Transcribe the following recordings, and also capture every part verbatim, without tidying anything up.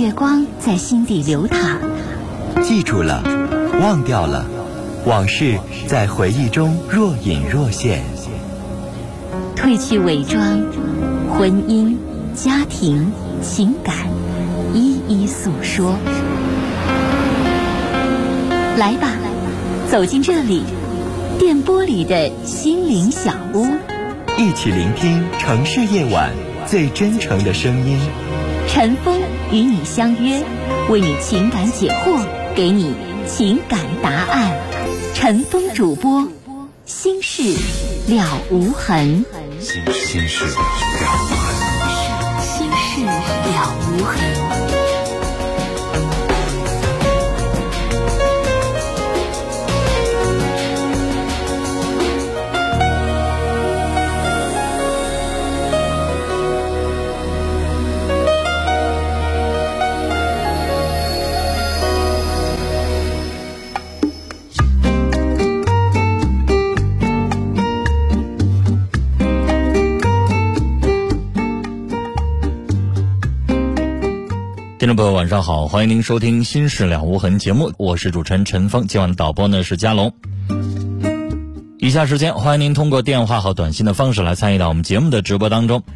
月光在心底流淌， 记住了，忘掉了，往事在回忆中若隐若现。 褪去伪装，婚姻、家庭、情感一一诉说。来吧，走进这里，电波里的心灵小屋， 一起聆听城市夜晚最真诚的声音。 陈峰与你相约，为你情感解惑，给你情感答案。陈峰主播，心事了无痕。 心心事了无痕。 心事了无痕。 听众朋友晚上好，欢迎您收听心事了无痕节目，我是主持人陈峰，今晚的导播呢是嘉龙。以下时间欢迎您通过电话和短信的方式来参与到我们节目的直播当中。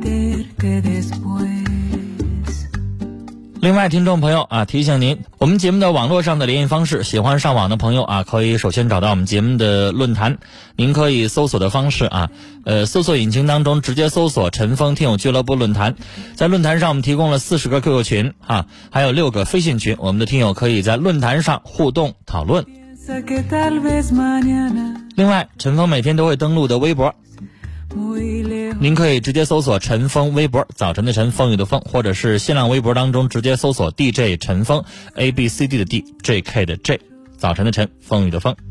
另外听众朋友啊，提醒您我们节目的网络上的联系方式，喜欢上网的朋友啊，可以首先找到我们节目的论坛，您可以搜索的方式啊呃，搜索引擎当中直接搜索陈峰听友俱乐部论坛，在论坛上我们提供了四十个 Q Q 群啊，还有六个飞信群，我们的听友可以在论坛上互动讨论。另外陈峰每天都会登录的微博，您可以直接搜索陈峰微博，早晨的晨，风雨的风，或者是新浪微博当中直接搜索 D J 陈峰 A B C D 的 D J K 的 J， 早晨的晨，风雨的风。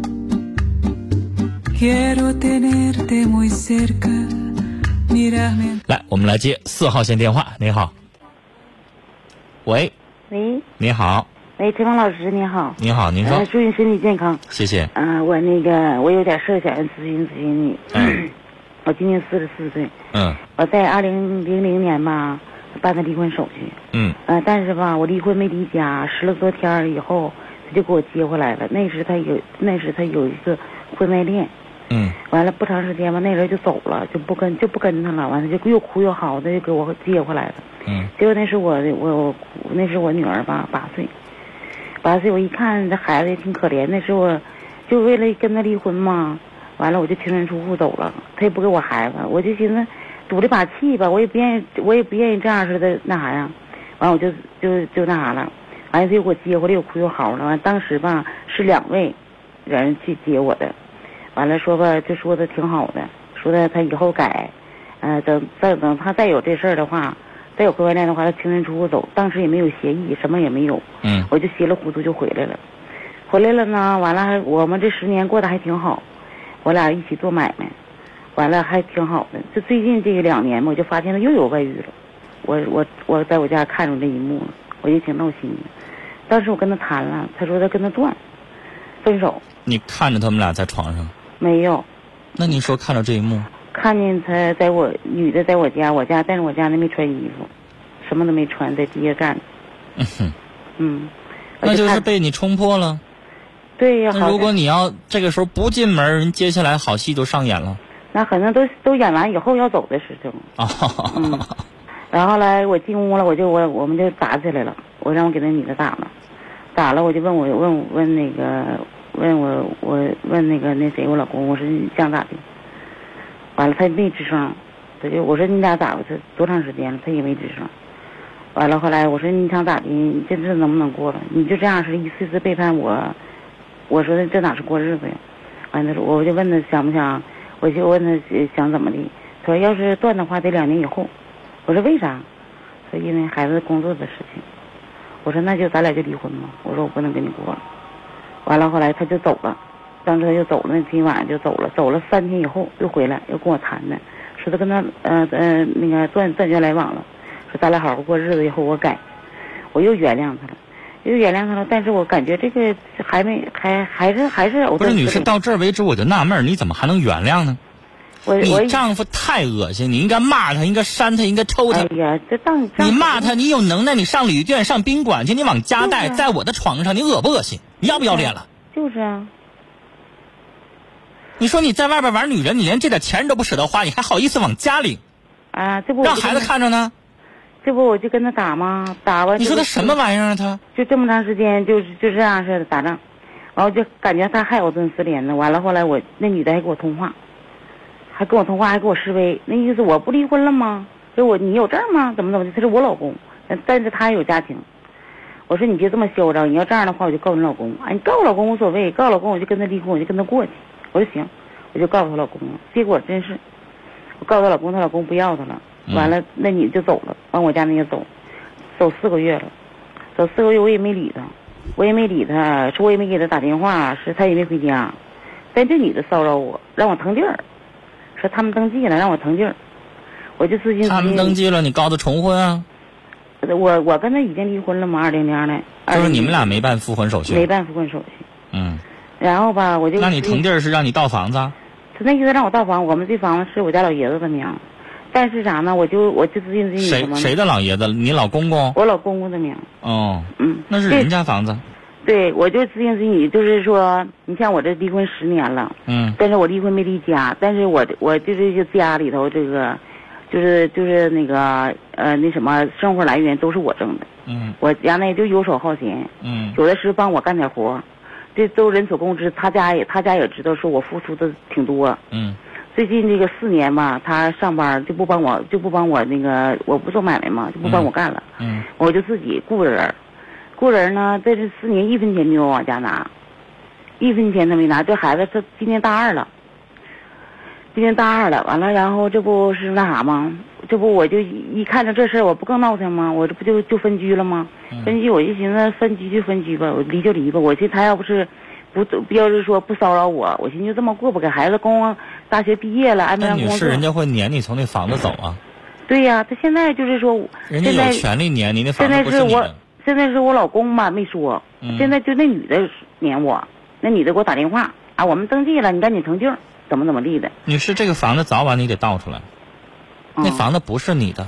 来，我们来接四号线电话。你好。喂。 喂。 你好。 喂，陈峰老师你好。 你好，您说。 呃、祝你身体健康。 谢谢。 嗯、呃，我那个我有点事想咨询咨询你。 嗯。 我今年四十四岁。 嗯。 我在二零零零年吧办的离婚手续。 嗯。 呃，但是吧，我离婚没离家，十来多天以后，他就给我接回来了。那时他有，那时他有一个婚外恋。 嗯。 完了不长时间吧，那人就走了，就不跟就不跟他了。完了就又哭又嚎的，就给我接回来了。 嗯。 结果那是我我我那是我女儿吧，八岁。八岁我一看这孩子也挺可怜，那时候我就为了跟他离婚嘛。完了我就清人出户走了，他也不给我孩子，我就寻思赌这把气吧，我也不愿意，我也不愿意这样似的那啥呀。完我就就就那啥了，完了他又给我接回来，又哭又嚎了。完当时吧是两位人去接我的，完了说吧就说的挺好的，说的他以后改，呃等再等他再有这事儿的话，再有婚外恋的话，他清人出户走，当时也没有协议，什么也没有。 嗯。 我就稀里糊涂就回来了，回来了呢，完了还我们这十年过得还挺好。我俩一起做买卖，完了还挺好的。就最近这两年嘛，我就发现他又有外遇了。我我我在我家看着这一幕了，我就挺闹心的。当时我跟他谈了，他说他跟他断，分手。 你看着他们俩在床上？ 没有。 那你说看着这一幕？ 看见他在我女的在我家，我家但是我家那没穿衣服，什么都没穿，在地下站。 嗯哼。 嗯。 那就是被你冲破了。 对呀。 那如果你要这个时候不进门，人接下来好戏就上演了。 那可能都都演完以后要走的时候。 哦。 嗯。然后来我进屋了，我就我我们就打起来了，我让我给那女的打了，打了我就问我问问那个问我我问那个那谁我老公，我说你想咋的？完了他没吱声，他就我说你俩咋的？他多长时间了？他也没吱声。完了后来我说你想咋的？你这日子能不能过了？你就这样是一次次背叛我。我说这哪是过日子呀？完了他说我就问他想不想，我就问他想怎么的。他说要是断的话得两年以后。我说为啥？说因为孩子工作的事情。我说那就咱俩就离婚吧。我说我不能跟你过了。完了后来他就走了，当时他就走了，那天晚上就走了，走了三天以后又回来又跟我谈呢，说他跟他呃呃那个断断绝来往了，说咱俩好好过日子以后我改，我又原谅他了。又原谅他了，但是我感觉这个还没还还是还是我不是女士到这儿为止我就纳闷，你怎么还能原谅呢？ 我你丈夫太恶心，你应该骂他，应该扇他，应该抽他。 哎呀，这当你骂他，你有能耐，你上旅店、上宾馆去，你往家带， 就是在我的床上，你恶不恶心？你要不要脸了？ 就是啊。 你说你在外边玩女人，你连这点钱都不舍得花，你还好意思往家领？ 啊，这不让孩子看着呢。 这不我就跟他打吗？打完。 你说他什么玩意儿啊？他就这么长时间，就就这样似的打仗，然后就感觉他害我顿失联呢。完了后来我那女的还给我通话，还跟我通话，还给我示威，那意思我不离婚了吗？说我你有证吗？怎么怎么的？他是我老公，但是他有家庭。我说你别这么嚣张，你要这样的话我就告你老公。哎，你告我老公无所谓，告我老公我就跟他离婚，我就跟他过去。我说行，我就告诉她老公了。结果真是，我告诉她老公，她老公不要她了。完了，那女的就走了，往我家那个走，走四个月了，走四个月我也没理她，我也没理她，说我也没给她打电话，是她也没回家。但这女的骚扰我，让我腾地儿，说他们登记了，让我腾地儿，我就自信。 他们登记了，你告他重婚啊？ 我我跟他已经离婚了嘛，二零年的。 就是你们俩没办复婚手续。 没办复婚手续。 嗯。 然后吧，我就。 那你腾地儿是让你盗房子？ 他那意思让我盗房，我们这房子是我家老爷子的名，但是啥呢？我就我就自信自己什么？ 谁谁的老爷子？你老公公？ 我老公公的名。 哦。 嗯。 那是人家房子。 对，我就自信自己，就是说，你像我这离婚十年了。 嗯。 但是我离婚没离家，但是我我就是这家里头这个，就是就是那个呃那什么生活来源都是我挣的。 嗯。 我家那就游手好闲。 嗯。 有的时候帮我干点活。这都人所共知，他家也他家也知道，说我付出的挺多。 嗯， 最近这个四年吧，他上班就不帮我，就不帮我那个，我不做买卖嘛，就不帮我干了。 嗯， 我就自己雇人，雇人呢，在这四年一分钱没有往家拿，一分钱他没拿。这孩子他今年大二了，今年大二了，完了，然后这不是那啥吗？这不我就一看着这事儿，我不更闹腾吗？我这不就就分居了吗？ 嗯、 分居，我就寻思分居就分居吧，我离就离吧。我寻思他要不是不要是说不骚扰我，我寻思就这么过吧。给孩子公大学毕业了，安排上工作。 那女士，人家会撵你从那房子走啊？ 对呀、啊，他现在就是说， 人家有权利撵你，那房子不是你的。 现在是我，现在是我老公嘛，没说。 嗯、 现在就那女的撵我，那女的给我打电话啊，我们登记了，你赶紧成劲，怎么怎么地的。 女士，这个房子早晚你得倒出来。那房子不是你的。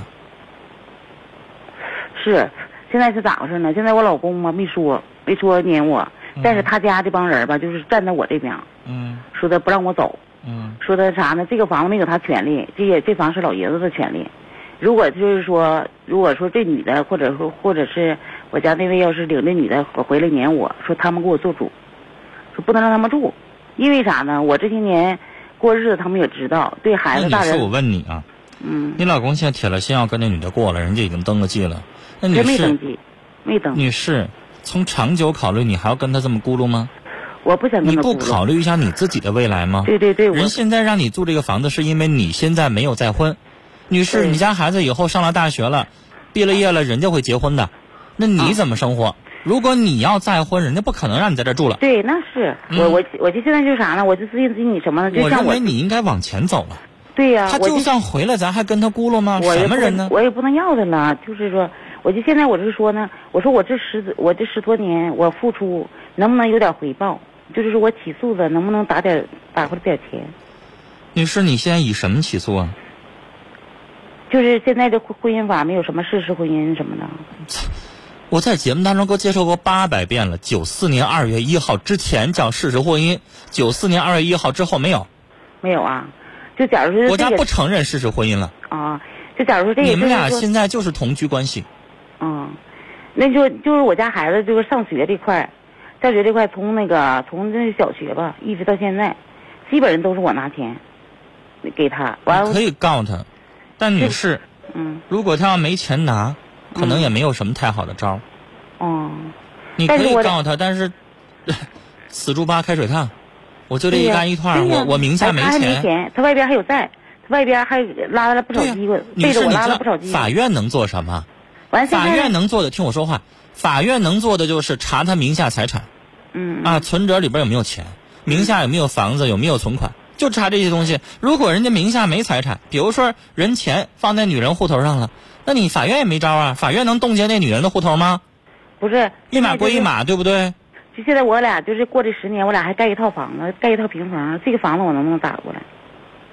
是，现在是咋回事呢？现在我老公嘛没说，没说撵我， 嗯、 但是他家这帮人吧，就是站在我这边， 嗯， 说的不让我走， 嗯， 说的啥呢？这个房子没有他权利，这也这房是老爷子的权利。如果就是说，如果说这女的，或者说或者是我家那位要是领这女的回来撵我，说他们给我做主，说不能让他们住，因为啥呢？我这些年过日子他们也知道，对孩子大人。 那你说我问你啊。 嗯， 你老公现在铁了心要跟那女的过了，人家已经登了记了。那女士没登记，没登。 女士，从长久考虑，你还要跟他这么咕噜吗？ 我不想跟他咕噜。 你不考虑一下你自己的未来吗？ 对对对， 人现在让你住这个房子，是因为你现在没有再婚。女士，你家孩子以后上了大学了，毕了业了，人家会结婚的。那你怎么生活？啊、如果你要再婚，人家不可能让你在这住了。 对，那是、嗯、我我我就现在就是啥呢？我就自信自己什么呢？就像我认为你应该往前走了。 对呀、啊， 他就算回来，咱还跟他咕噜吗？什么人呢？ 我也不能要他了。就是说，我就现在我是说呢，我说我这十我这十多年我付出，能不能有点回报？就是说我起诉的，能不能打点打回来点钱？ 女士，你现在以什么起诉啊？ 就是现在的婚姻法没有什么事实婚姻什么的。 我在节目当中给我介绍过八百遍了。九四年二月一号之前叫事实婚姻，九四年二月一号之后没有。 没有啊。就假如说、这个、 国家不承认事实婚姻了啊，就假如说这个你们俩现在就是同居关系。 嗯，那就就是我家孩子就是上学这块，上学这块从那个从那小学吧一直到现在，基本上都是我拿钱给他。完了可以告他，但女士， 嗯， 如果他要没钱拿，可能也没有什么太好的招。 哦、 嗯，你可以告他，但是死猪八开水烫。我就这一干一块，我我名下没钱， 他还没钱，他外边还有债，他外边还拉了不少机会，背着我拉了不少机会。 法院能做什么？ 完， 法院能做的，听我说话，法院能做的就是查他名下财产， 嗯啊，存折里边有没有钱，名下有没有房子，有没有存款，就查这些东西。如果人家名下没财产，比如说人钱放在女人户头上了，那你法院也没招啊，法院能冻结那女人的户头吗？ 不是， 一码归一码，对不对？ 就现在我俩就是过这十年，我俩还盖一套房子，盖一套平房，这个房子我能不能打过来？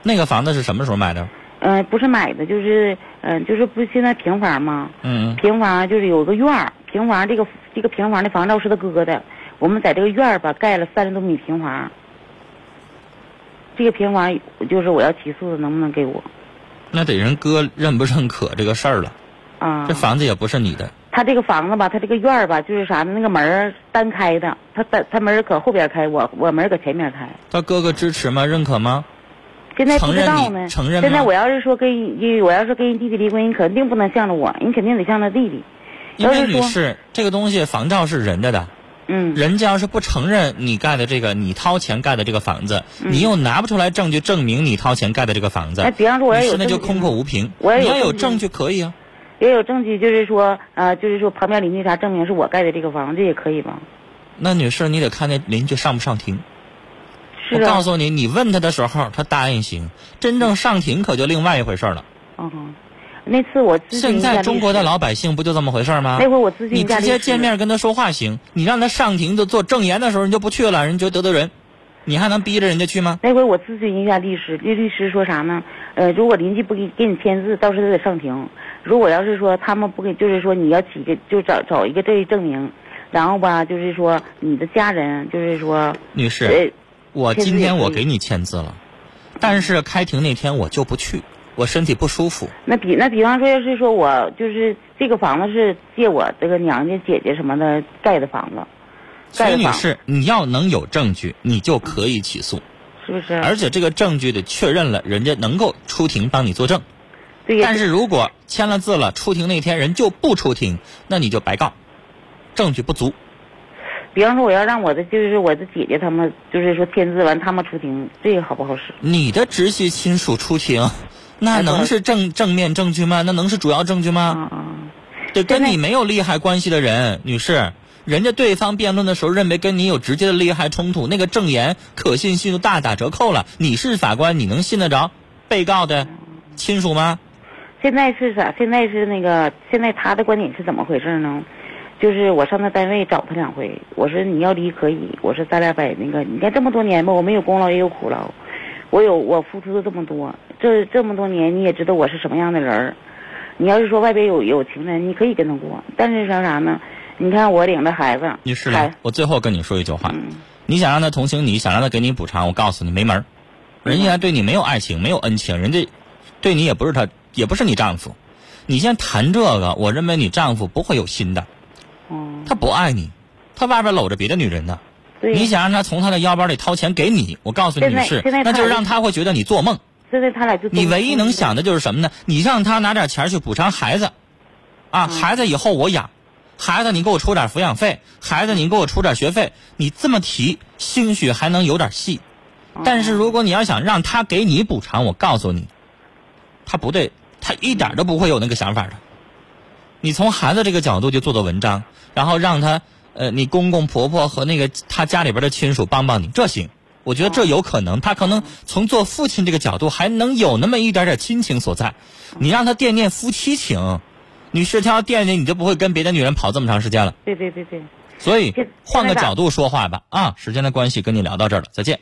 那个房子是什么时候买的？ 嗯、呃，不是买的，就是嗯、呃，就是不现在平房吗？ 嗯， 平房就是有个院儿，平房这个这个平房的房照是他哥的，我们在这个院儿吧盖了三十多米平房。这个平房就是我要起诉的，能不能给我？ 那得人哥认不认可这个事儿了。 啊， 这房子也不是你的。 他这个房子吧，他这个院儿吧，就是啥呢？那个门儿单开的，他单他门儿搁后边开，我我门儿搁前面开。 他哥哥支持吗？认可吗？ 现在不知道呢。 承认吗？ 现在我要是说跟你，我要是跟人弟弟离婚，你肯定不能向着我，你肯定得向着弟弟。 因为女士，这个东西房照是人的的。 嗯。 人家要是不承认你盖的这个，你掏钱盖的这个房子， 嗯、 你又拿不出来证据证明你掏钱盖的这个房子， 那比方说我要有证据，那就空口无凭。 我你要有证据可以啊。 也有证据，就是说，呃，就是说旁边邻居啥证明是我盖的这个房子也可以吧？ 那女士，你得看那邻居上不上庭。 是啊。 我告诉你，你问他的时候，他答应行，真正上庭可就另外一回事了。 嗯，那次我咨询现在中国的老百姓不就这么回事吗？ 那会我咨询你直接见面跟他说话行，你让他上庭就做证言的时候，你就不去了，人觉得得罪人，你还能逼着人家去吗？ 那回我咨询一下律师，这律师说啥呢？呃，如果邻居不给给你签字，到时候得上庭。如果要是说他们不给，就是说你要起个，就找找一个这一证明，然后吧，就是说你的家人，就是说， 女士，呃、我今天我给你签字了，但是开庭那天我就不去，我身体不舒服。 那比那比方说，要是说我就是这个房子是借我这个娘家姐姐什么的盖的房子， 所以女士，你要能有证据，你就可以起诉， 是不是？ 而且这个证据得确认了，人家能够出庭帮你作证。 对。 但是如果签了字了，出庭那天人就不出庭，那你就白告，证据不足。 比方说，我要让我的就是我的姐姐他们，就是说签字完他们出庭，这个好不好使？ 你的直系亲属出庭，那能是正正面证据吗？那能是主要证据吗？ 啊啊！ 对，跟你没有利害关系的人，女士，人家对方辩论的时候认为跟你有直接的利害冲突，那个证言可信性就大打折扣了。你是法官，你能信得着被告的亲属吗？ 现在是啥？现在是那个，现在他的观点是怎么回事呢？就是我上他单位找他两回，我说你要离可以，我说咱俩把那个，你看这么多年吧，我没有功劳也有苦劳，我有我付出的这么多，这这么多年你也知道我是什么样的人，你要是说外边有有情人，你可以跟他过，但是啥啥呢？你看我领着孩子， 女士来，我最后跟你说一句话， 嗯、 你想让他同情你，想让他给你补偿，我告诉你没门，人家对你没有爱情，没有恩情，人家对你也不是他。也不是你丈夫，你先谈这个，我认为你丈夫不会有心的， 嗯， 他不爱你，他外边搂着别的女人呢。 对， 你想让他从他的腰包里掏钱给你，我告诉你是，那就让他会觉得你做梦。 现在他俩就你唯一能想的就是什么呢？你让他拿点钱去补偿孩子，啊，嗯、孩子以后我养，孩子你给我出点抚养费，孩子你给我出点学费，你这么提，兴许还能有点戏。但是如果你要想让他给你补偿，我告诉你，他不对。他一点都不会有那个想法的。你从孩子这个角度就做做文章，然后让他呃，你公公婆婆和那个他家里边的亲属帮帮你，这行，我觉得这有可能。他可能从做父亲这个角度还能有那么一点点亲情所在。你让他惦念夫妻情，女士，他要惦念你就不会跟别的女人跑这么长时间了。 对对对对。 所以换个角度说话吧啊！时间的关系，跟你聊到这儿了，再见。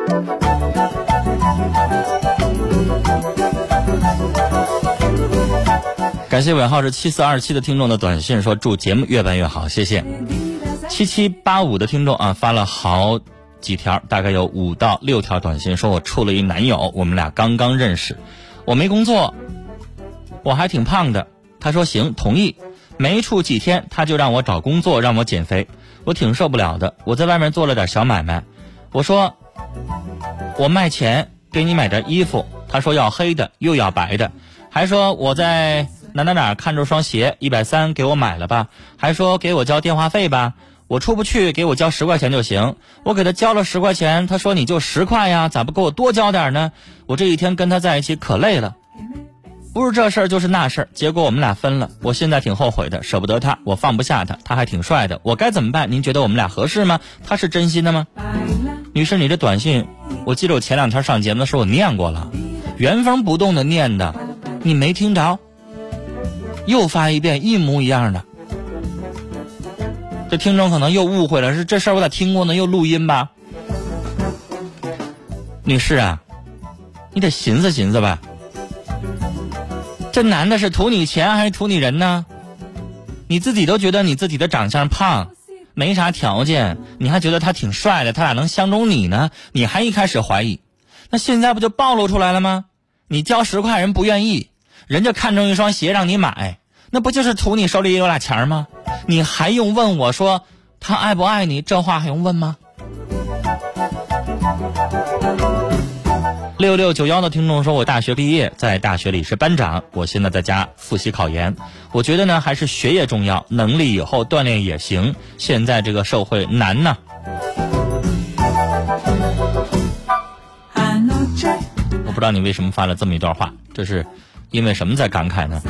感谢尾号是七四二七的听众的短信，说祝节目越办越好，谢谢。七七八五的听众啊，发了好几条，大概有五到六条短信，说我处了一男友，我们俩刚刚认识，我没工作，我还挺胖的，他说行，同意。没处几天，他就让我找工作，让我减肥，我挺受不了的。我在外面做了点小买卖，我说我卖钱给你买点衣服，他说要黑的又要白的，还说我在哪哪哪看着双鞋一百三给我买了吧，还说给我交电话费吧，我出不去给我交十块钱就行。我给他交了十块钱，他说你就十块呀，咋不给我多交点呢？我这一天跟他在一起可累了，不是这事儿就是那事儿，结果我们俩分了。我现在挺后悔的，舍不得他，我放不下他，他还挺帅的，我该怎么办？您觉得我们俩合适吗？他是真心的吗？女士，你这短信我记得我前两天上节目的时候我念过了，原封不动的念的，你没听着？又发一遍一模一样的，这听众可能又误会了，是这事儿我咋听过呢？又录音吧？女士啊， 你得寻思寻思吧。这男的是图你钱还是图你人呢？你自己都觉得你自己的长相胖，没啥条件，你还觉得他挺帅的，他咋能相中你呢？你还一开始怀疑，那现在不就暴露出来了吗？你交十块人不愿意，人家看中一双鞋让你买，那不就是图你手里有俩钱吗？你还用问我说他爱不爱你？这话还用问吗？六六九幺的听众说，我大学毕业，在大学里是班长，我现在在家复习考研。我觉得呢，还是学业重要，能力以后锻炼也行。现在这个社会难呢。我不知道你为什么发了这么一段话，这是因为什么在感慨呢？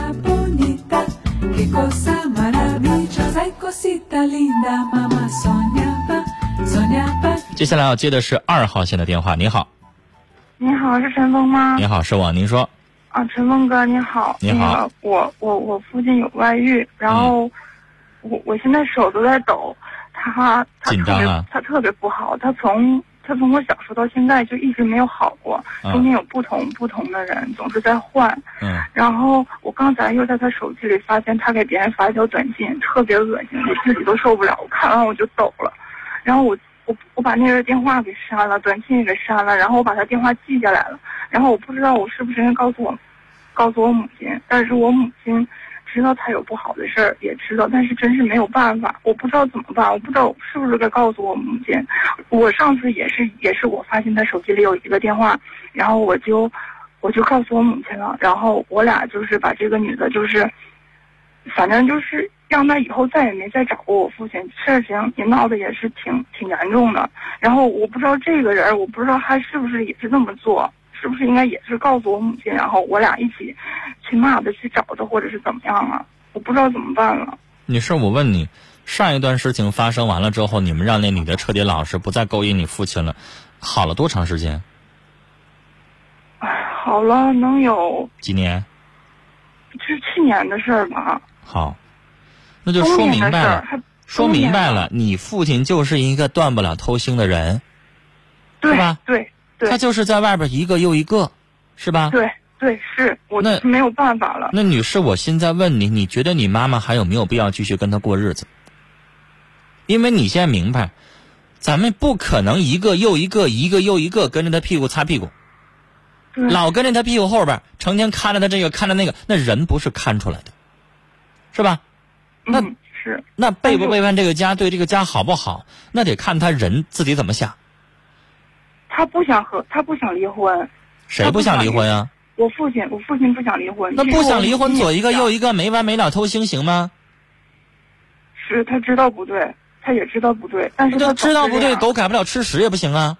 接下来要接的是二号线的电话。你好。 你好，是陈峰吗？ 你好，是我，您说。 啊，陈峰哥，你好。 你好。 那个、我我我父亲有外遇，然后、嗯、我我现在手都在抖，他他紧张啊， 他特别不好，他从他从我小时候到现在就一直没有好过，中间有不同、嗯、不同的人，总是在换。 嗯。 然后我刚才又在他手机里发现他给别人发一条短信，特别恶心，我自己都受不了，我看完我就抖了，然后我。我我把那个电话给删了，短信也给删了，然后我把他电话记下来了，然后我不知道我是不是应该告诉我，告诉我母亲，但是我母亲知道他有不好的事儿，也知道，但是真是没有办法，我不知道怎么办，我不知道是不是该告诉我母亲。我上次也是也是我发现他手机里有一个电话，然后我就我就告诉我母亲了，然后我俩就是把这个女的就是，反正就是。让他以后再也没再找过我父亲，事情也闹得也是挺挺严重的。然后我不知道这个人，我不知道他是不是也是这么做，是不是应该也是告诉我母亲，然后我俩一起去骂他，去找他，或者是怎么样啊？我不知道怎么办了。 女士，我问你，上一段事情发生完了之后，你们让那女的彻底老实，不再勾引你父亲了，好了多长时间？ 哎，好了，能有几年？ 是去年的事儿吧。 好。那就说明白了，说明白了，你父亲就是一个断不了偷腥的人， 对吧？ 对对， 他就是在外边一个又一个，是吧？ 对对，是我那没有办法了。 那女士，我现在问你，你觉得你妈妈还有没有必要继续跟他过日子？因为你现在明白，咱们不可能一个又一个，一个又一个跟着他屁股擦屁股，老跟着他屁股后边，成天看着他这个看着那个，那人不是看出来的，是吧？那、 嗯、是那背不背叛这个家，对这个家好不好，那得看他人自己怎么想。 他不想和他不想离婚。 谁不想离婚啊？ 我父亲，我父亲不想离婚。 那不想离婚，左一个右一个，没完没了偷腥行吗？ 是他知道不对，他也知道不对，但是他知道不对，狗改不了吃屎也不行啊。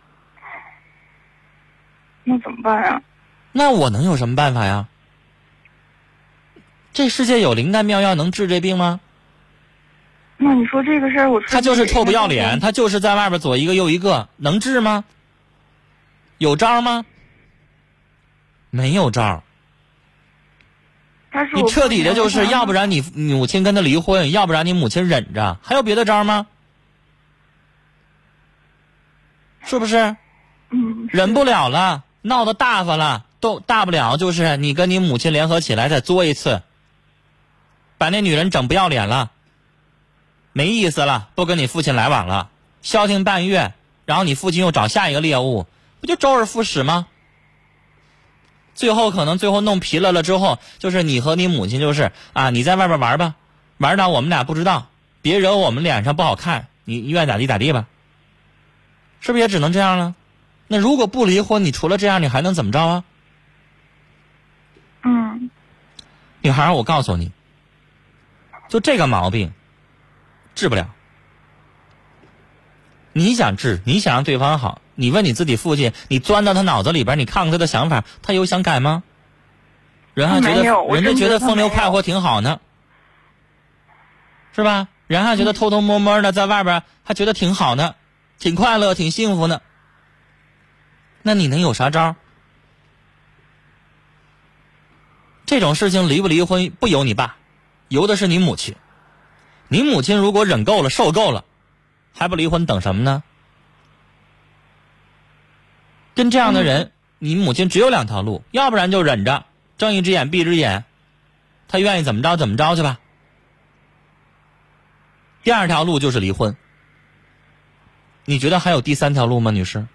那怎么办啊？ 那我能有什么办法呀？这世界有灵丹妙药能治这病吗？ 那你说这个事儿，我他就是臭不要脸，他就是在外边左一个右一个，能治吗？有招吗？没有招。你彻底的就是要不然你母亲跟他离婚，要不然你母亲忍着，还有别的招吗？是不是？ 嗯。 忍不了了，闹得大发了，都大不了就是你跟你母亲联合起来再作一次，把那女人整不要脸了，没意思了，不跟你父亲来往了，消停半月，然后你父亲又找下一个猎物，不就周而复始吗？最后可能最后弄疲了了之后，就是你和你母亲就是啊，你在外边玩吧，玩到我们俩不知道，别惹我们脸上不好看，你愿咋地咋地吧，是不是也只能这样了？那如果不离婚，你除了这样你还能怎么着啊？ 嗯， 女孩，我告诉你，就这个毛病治不了。你想治，你想让对方好，你问你自己父亲，你钻到他脑子里边，你看看他的想法，他有想改吗？人还觉得人家觉得风流快活挺好呢，是吧？人还觉得偷偷摸摸的在外边还觉得挺好呢，挺快乐挺幸福呢。那你能有啥招？这种事情离不离婚不由你爸，由的是你母亲。你母亲如果忍够了受够了，还不离婚等什么呢？跟这样的人你母亲只有两条路，要不然就忍着，睁一只眼闭一只眼，她愿意怎么着怎么着去吧。第二条路就是离婚。你觉得还有第三条路吗，女士？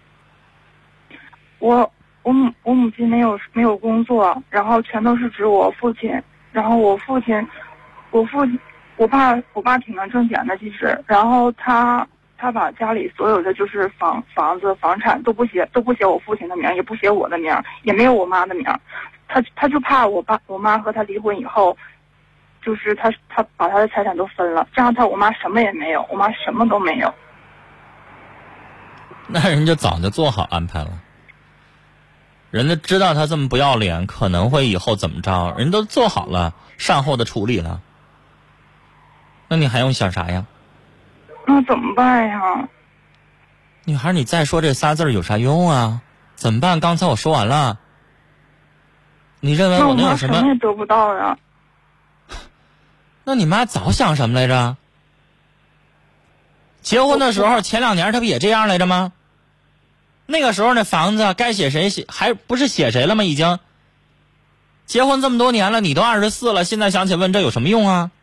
我我母我母亲没有没有工作，然后全都是指我父亲，然后我父亲，我父亲，我爸我爸挺能挣钱的，其实，然后他他把家里所有的就是房房子房产都不写都不写我父亲的名，也不写我的名，也没有我妈的名，他他就怕我爸我妈和他离婚以后，就是他他把他的财产都分了，这样他我妈什么也没有，我妈什么都没有。 那人家早就做好安排了，人家知道他这么不要脸，可能会以后怎么着，人都做好了善后的处理了。那你还用想啥呀？ 那怎么办呀？ 女孩，你再说这仨字有啥用啊？怎么办？刚才我说完了。你认为我能有什么？ 那我妈什么也得不到呀。 那你妈早想什么来着？结婚的时候前两年她不也这样来着吗？那个时候那房子该写谁写，还不是写谁了吗？已经结婚这么多年了，你都二十四了，现在想起问这有什么用啊？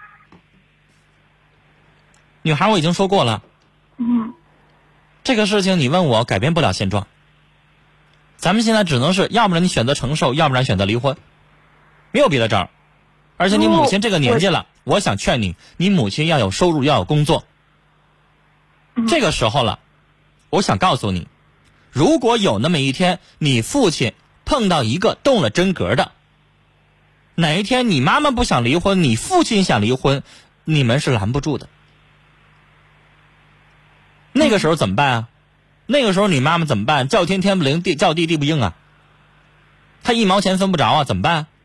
女孩，我已经说过了， 嗯， 这个事情你问我改变不了现状，咱们现在只能是要不然你选择承受，要不然选择离婚，没有别的招。而且你母亲这个年纪了，我想劝你，你母亲要有收入，要有工作。这个时候了，我想告诉你，如果有那么一天你父亲碰到一个动了真格的，哪一天你妈妈不想离婚，你父亲想离婚，你们是拦不住的。那个时候怎么办啊？那个时候你妈妈怎么办？叫天天不灵，地叫地地不应啊。他一毛钱分不着啊，怎么办？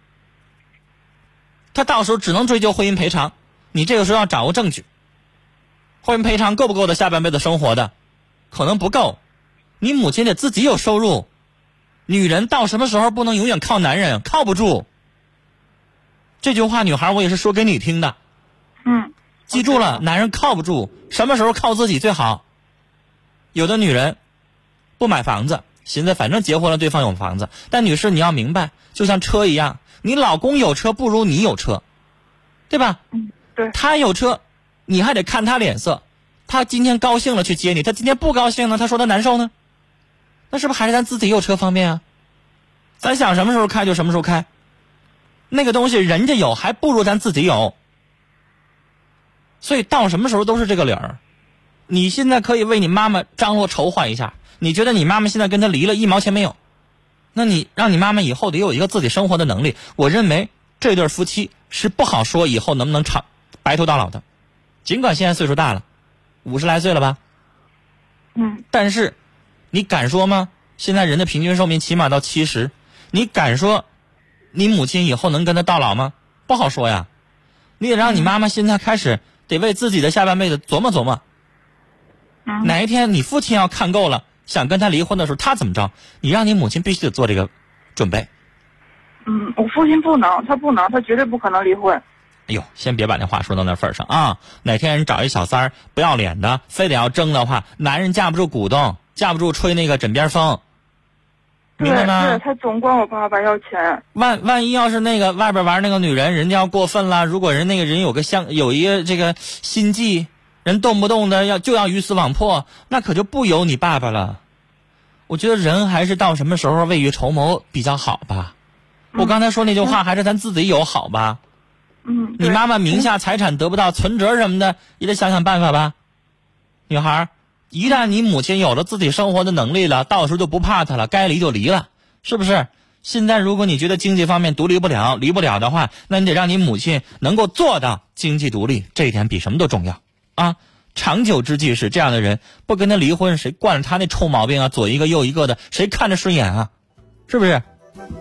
他到时候只能追究婚姻赔偿，你这个时候要掌握证据。婚姻赔偿够不够的下半辈子生活的？可能不够。你母亲得自己有收入。女人到什么时候不能永远靠男人？靠不住。这句话女孩我也是说给你听的。 嗯， 记住了，男人靠不住，什么时候靠自己最好。有的女人不买房子，寻思反正结婚了对方有房子，但女士你要明白，就像车一样，你老公有车不如你有车，对吧？ 嗯，对。 他有车你还得看他脸色，他今天高兴了去接你，他今天不高兴呢，他说他难受呢，那是不是还是咱自己有车方便啊？咱想什么时候开就什么时候开，那个东西人家有还不如咱自己有，所以到什么时候都是这个理儿。你现在可以为你妈妈张罗筹划一下，你觉得你妈妈现在跟他离了一毛钱没有，那你让你妈妈以后得有一个自己生活的能力。我认为这对夫妻是不好说以后能不能长白头到老的，尽管现在岁数大了，五十来岁了吧， 嗯， 但是你敢说吗？现在人的平均寿命起码到七十，你敢说你母亲以后能跟他到老吗？不好说呀。你得让你妈妈现在开始得为自己的下半辈子琢磨琢磨。 嗯， 哪一天你父亲要看够了，想跟他离婚的时候，他怎么着？你让你母亲必须得做这个准备。 嗯，我父亲不能，他不能，他绝对不可能离婚。 哎呦，先别把那话说到那份上啊！哪天人找一小三儿不要脸的，非得要争的话，男人架不住鼓动，架不住吹那个枕边风，明白吗？ 对，他总管我爸爸要钱。 万万一要是那个外边玩那个女人，人家要过分了，如果人那个人有个相有一个这个心计，人动不动的要就要鱼死网破，那可就不由你爸爸了。我觉得人还是到什么时候未雨绸缪比较好吧。我刚才说那句话还是咱自己有好吧。 嗯， 你妈妈名下财产得不到，存折什么的也得想想办法吧。女孩，一旦你母亲有了自己生活的能力了，到时候就不怕她了，该离就离了，是不是？现在如果你觉得经济方面独立不了，离不了的话，那你得让你母亲能够做到经济独立，这一点比什么都重要啊！长久之计是这样的人不跟他离婚，谁惯着他那臭毛病啊？左一个右一个的，谁看着顺眼啊？是不是？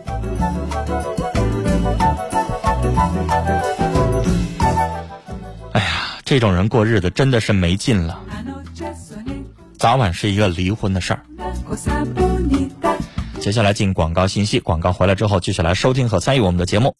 哎呀，这种人过日子真的是没劲了，早晚是一个离婚的事儿。接下来进广告信息，广告回来之后继续来收听和参与我们的节目。